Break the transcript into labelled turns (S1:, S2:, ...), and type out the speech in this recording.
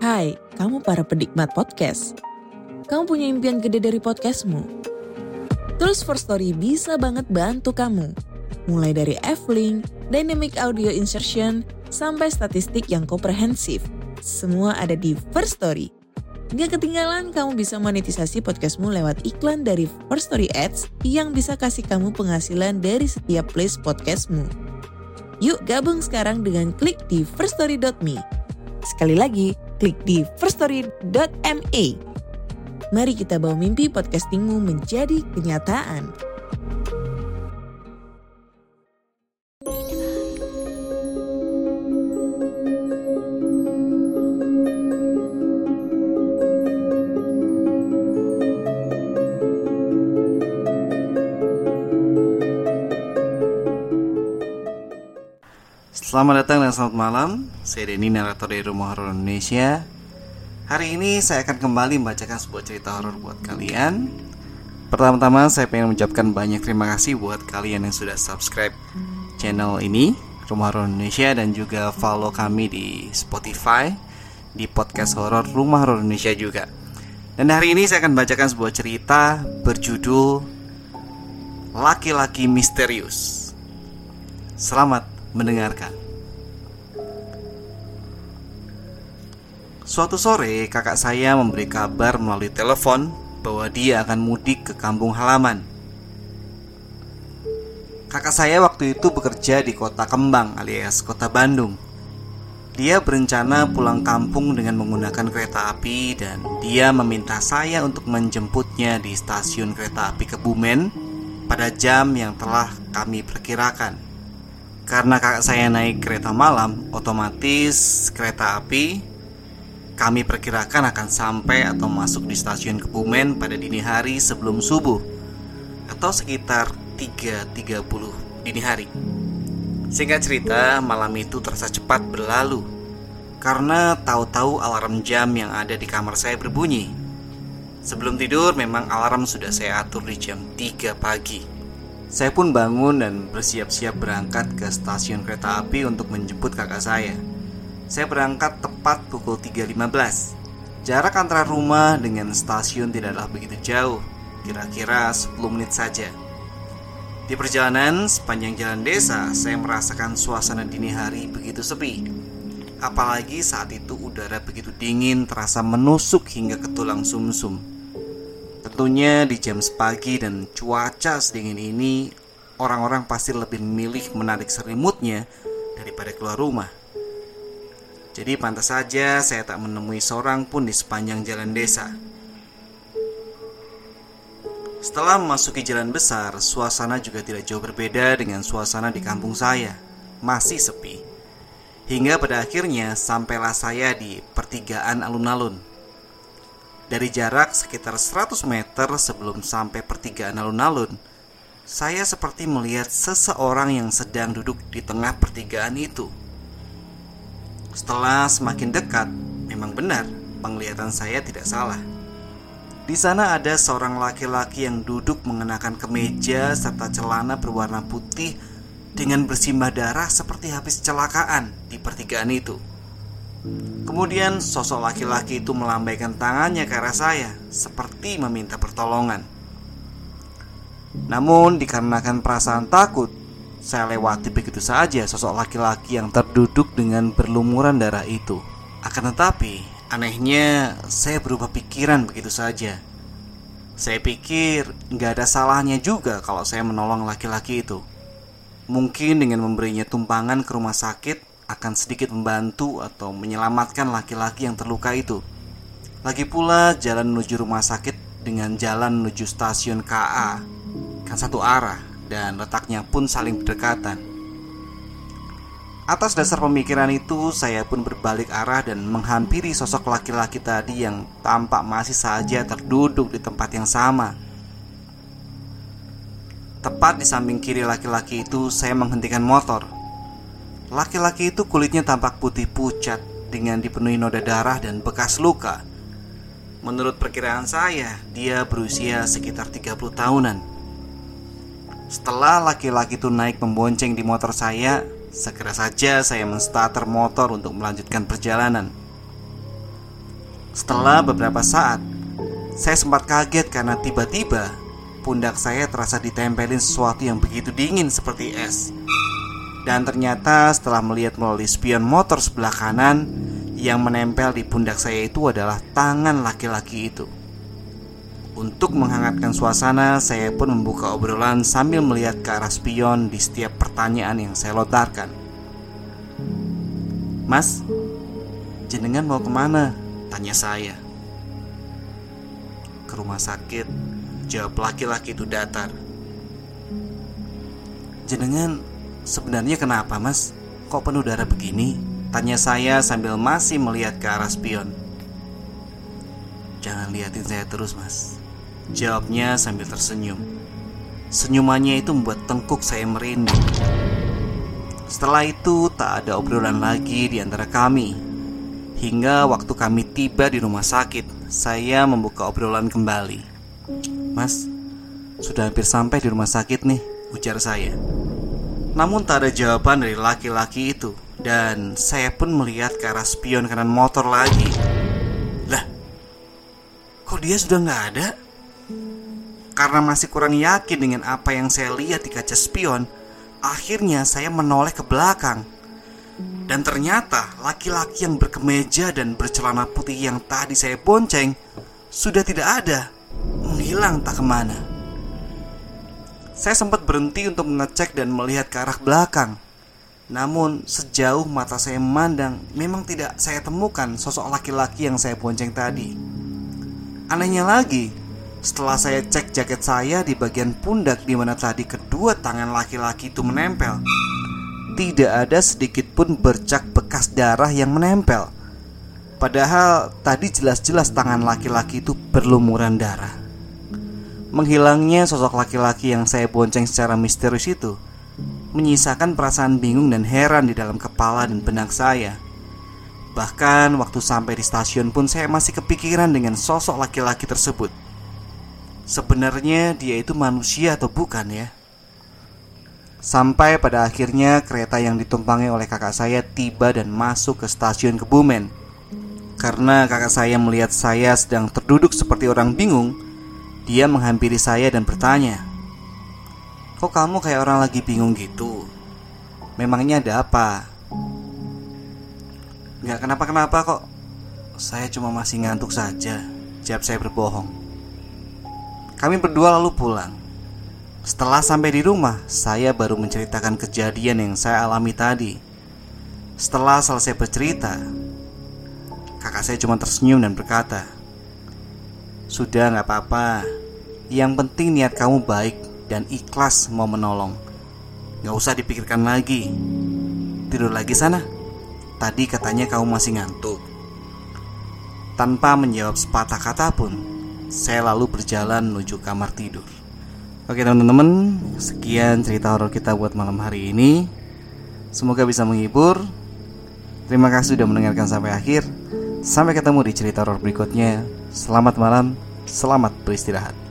S1: Hai, kamu para penikmat podcast. Kamu punya impian gede dari podcastmu? Tools for Story bisa banget bantu kamu. Mulai dari F-Link, Dynamic Audio Insertion, sampai statistik yang komprehensif. Semua ada di First Story. Gak ketinggalan kamu bisa monetisasi podcastmu lewat iklan dari First Story Ads yang bisa kasih kamu penghasilan dari setiap place podcastmu. Yuk gabung sekarang dengan klik di firststory.me. Sekali lagi, klik di firststory.me. Mari kita bawa mimpi podcastingmu menjadi kenyataan.
S2: Selamat datang dan selamat malam. Saya Denny, narator dari Rumah Horor Indonesia. Hari ini saya akan kembali membacakan sebuah cerita horor buat kalian. Pertama-tama saya pengen mengucapkan banyak terima kasih buat kalian yang sudah subscribe channel ini, Rumah Horor Indonesia, dan juga follow kami di Spotify, di podcast horor Rumah Horor Indonesia juga. Dan hari ini saya akan bacakan sebuah cerita berjudul Laki-laki Misterius. Selamat mendengarkan. Suatu sore kakak saya memberi kabar melalui telepon bahwa dia akan mudik ke kampung halaman. Kakak saya waktu itu bekerja di kota Kembang alias kota Bandung. Dia berencana pulang kampung dengan menggunakan kereta api dan dia meminta saya untuk menjemputnya di stasiun kereta api Kebumen pada jam yang telah kami perkirakan. Karena kakak saya naik kereta malam, otomatis kereta api kami perkirakan akan sampai atau masuk di stasiun Kebumen pada dini hari sebelum subuh, atau sekitar 3.30 dini hari. Singkat cerita, malam itu terasa cepat berlalu karena tahu-tahu alarm jam yang ada di kamar saya berbunyi. Sebelum tidur memang alarm sudah saya atur di jam 3 pagi. Saya pun bangun dan bersiap-siap berangkat ke stasiun kereta api untuk menjemput kakak saya. Saya berangkat tepat pukul 3.15. Jarak antara rumah dengan stasiun tidaklah begitu jauh, kira-kira 10 menit saja. Di perjalanan sepanjang jalan desa, saya merasakan suasana dini hari begitu sepi. Apalagi saat itu udara begitu dingin, terasa menusuk hingga ke tulang sumsum. Tentunya di jam sepagi dan cuaca sedingin ini, orang-orang pasti lebih memilih menarik selimutnya daripada keluar rumah. Jadi pantas saja saya tak menemui seorang pun di sepanjang jalan desa. Setelah memasuki jalan besar, suasana juga tidak jauh berbeda dengan suasana di kampung saya. Masih sepi. Hingga pada akhirnya sampailah saya di pertigaan alun-alun. Dari jarak sekitar 100 meter sebelum sampai pertigaan alun-alun, saya seperti melihat seseorang yang sedang duduk di tengah pertigaan itu. Setelah semakin dekat, memang benar penglihatan saya tidak salah. Di sana ada seorang laki-laki yang duduk mengenakan kemeja serta celana berwarna putih dengan bersimbah darah seperti habis kecelakaan di pertigaan itu. Kemudian sosok laki-laki itu melambaikan tangannya ke arah saya seperti meminta pertolongan. Namun dikarenakan perasaan takut, saya lewati begitu saja sosok laki-laki yang terduduk dengan berlumuran darah itu. Akan tetapi, anehnya saya berubah pikiran begitu saja. Saya pikir gak ada salahnya juga kalau saya menolong laki-laki itu. Mungkin dengan memberinya tumpangan ke rumah sakit akan sedikit membantu atau menyelamatkan laki-laki yang terluka itu. Lagi pula jalan menuju rumah sakit dengan jalan menuju stasiun KA kan satu arah dan letaknya pun saling berdekatan. Atas dasar pemikiran itu, saya pun berbalik arah dan menghampiri sosok laki-laki tadi yang tampak masih saja terduduk di tempat yang sama. Tepat di samping kiri laki-laki itu, saya menghentikan motor. Laki-laki itu kulitnya tampak putih pucat dengan dipenuhi noda darah dan bekas luka. Menurut perkiraan saya, dia berusia sekitar 30 tahunan. Setelah laki-laki itu naik membonceng di motor saya, segera saja saya menstarter motor untuk melanjutkan perjalanan. Setelah beberapa saat, saya sempat kaget karena tiba-tiba pundak saya terasa ditempelin sesuatu yang begitu dingin seperti es. Dan ternyata setelah melihat melalui spion motor sebelah kanan, yang menempel di pundak saya itu adalah tangan laki-laki itu. Untuk menghangatkan suasana, saya pun membuka obrolan sambil melihat ke arah spion di setiap pertanyaan yang saya lontarkan. "Mas, jenengan mau kemana?" tanya saya. "Ke rumah sakit," jawab laki-laki itu datar. "Jenengan sebenarnya kenapa, Mas? Kok penuh darah begini?" tanya saya sambil masih melihat ke arah spion. "Jangan liatin saya terus, Mas," jawabnya sambil tersenyum. Senyumannya itu membuat tengkuk saya merinding. Setelah itu tak ada obrolan lagi di antara kami. Hingga waktu kami tiba di rumah sakit, saya membuka obrolan kembali. "Mas, sudah hampir sampai di rumah sakit nih," ujar saya. Namun tak ada jawaban dari laki-laki itu. Dan saya pun melihat ke arah spion kanan motor lagi. Lah, kok dia sudah gak ada? Karena masih kurang yakin dengan apa yang saya lihat di kaca spion, akhirnya saya menoleh ke belakang. Dan ternyata laki-laki yang berkemeja dan bercelana putih yang tadi saya bonceng sudah tidak ada, menghilang tak kemana. Saya sempat berhenti untuk mengecek dan melihat ke arah belakang. Namun sejauh mata saya memandang, memang tidak saya temukan sosok laki-laki yang saya bonceng tadi. Anehnya lagi, setelah saya cek jaket saya di bagian pundak di mana tadi kedua tangan laki-laki itu menempel, tidak ada sedikit pun bercak bekas darah yang menempel. Padahal tadi jelas-jelas tangan laki-laki itu berlumuran darah. Menghilangnya sosok laki-laki yang saya bonceng secara misterius itu menyisakan perasaan bingung dan heran di dalam kepala dan benak saya. Bahkan waktu sampai di stasiun pun saya masih kepikiran dengan sosok laki-laki tersebut. Sebenarnya dia itu manusia atau bukan ya? Sampai pada akhirnya kereta yang ditumpangi oleh kakak saya tiba dan masuk ke stasiun Kebumen. Karena kakak saya melihat saya sedang terduduk seperti orang bingung, dia menghampiri saya dan bertanya, "Kok kamu kayak orang lagi bingung gitu? Memangnya ada apa?" "Gak kenapa-kenapa kok. Saya cuma masih ngantuk saja," jawab saya berbohong. Kami berdua lalu pulang. Setelah sampai di rumah, saya baru menceritakan kejadian yang saya alami tadi. Setelah selesai bercerita, kakak saya cuma tersenyum dan berkata, "Sudah gak apa-apa. Yang penting niat kamu baik dan ikhlas mau menolong. Gak usah dipikirkan lagi. Tidur lagi sana. Tadi katanya kamu masih ngantuk." Tanpa menjawab sepatah kata pun, saya lalu berjalan menuju kamar tidur. Oke teman-teman, sekian cerita horor kita buat malam hari ini. Semoga bisa menghibur. Terima kasih sudah mendengarkan sampai akhir. Sampai ketemu di cerita horor berikutnya. Selamat malam, selamat beristirahat.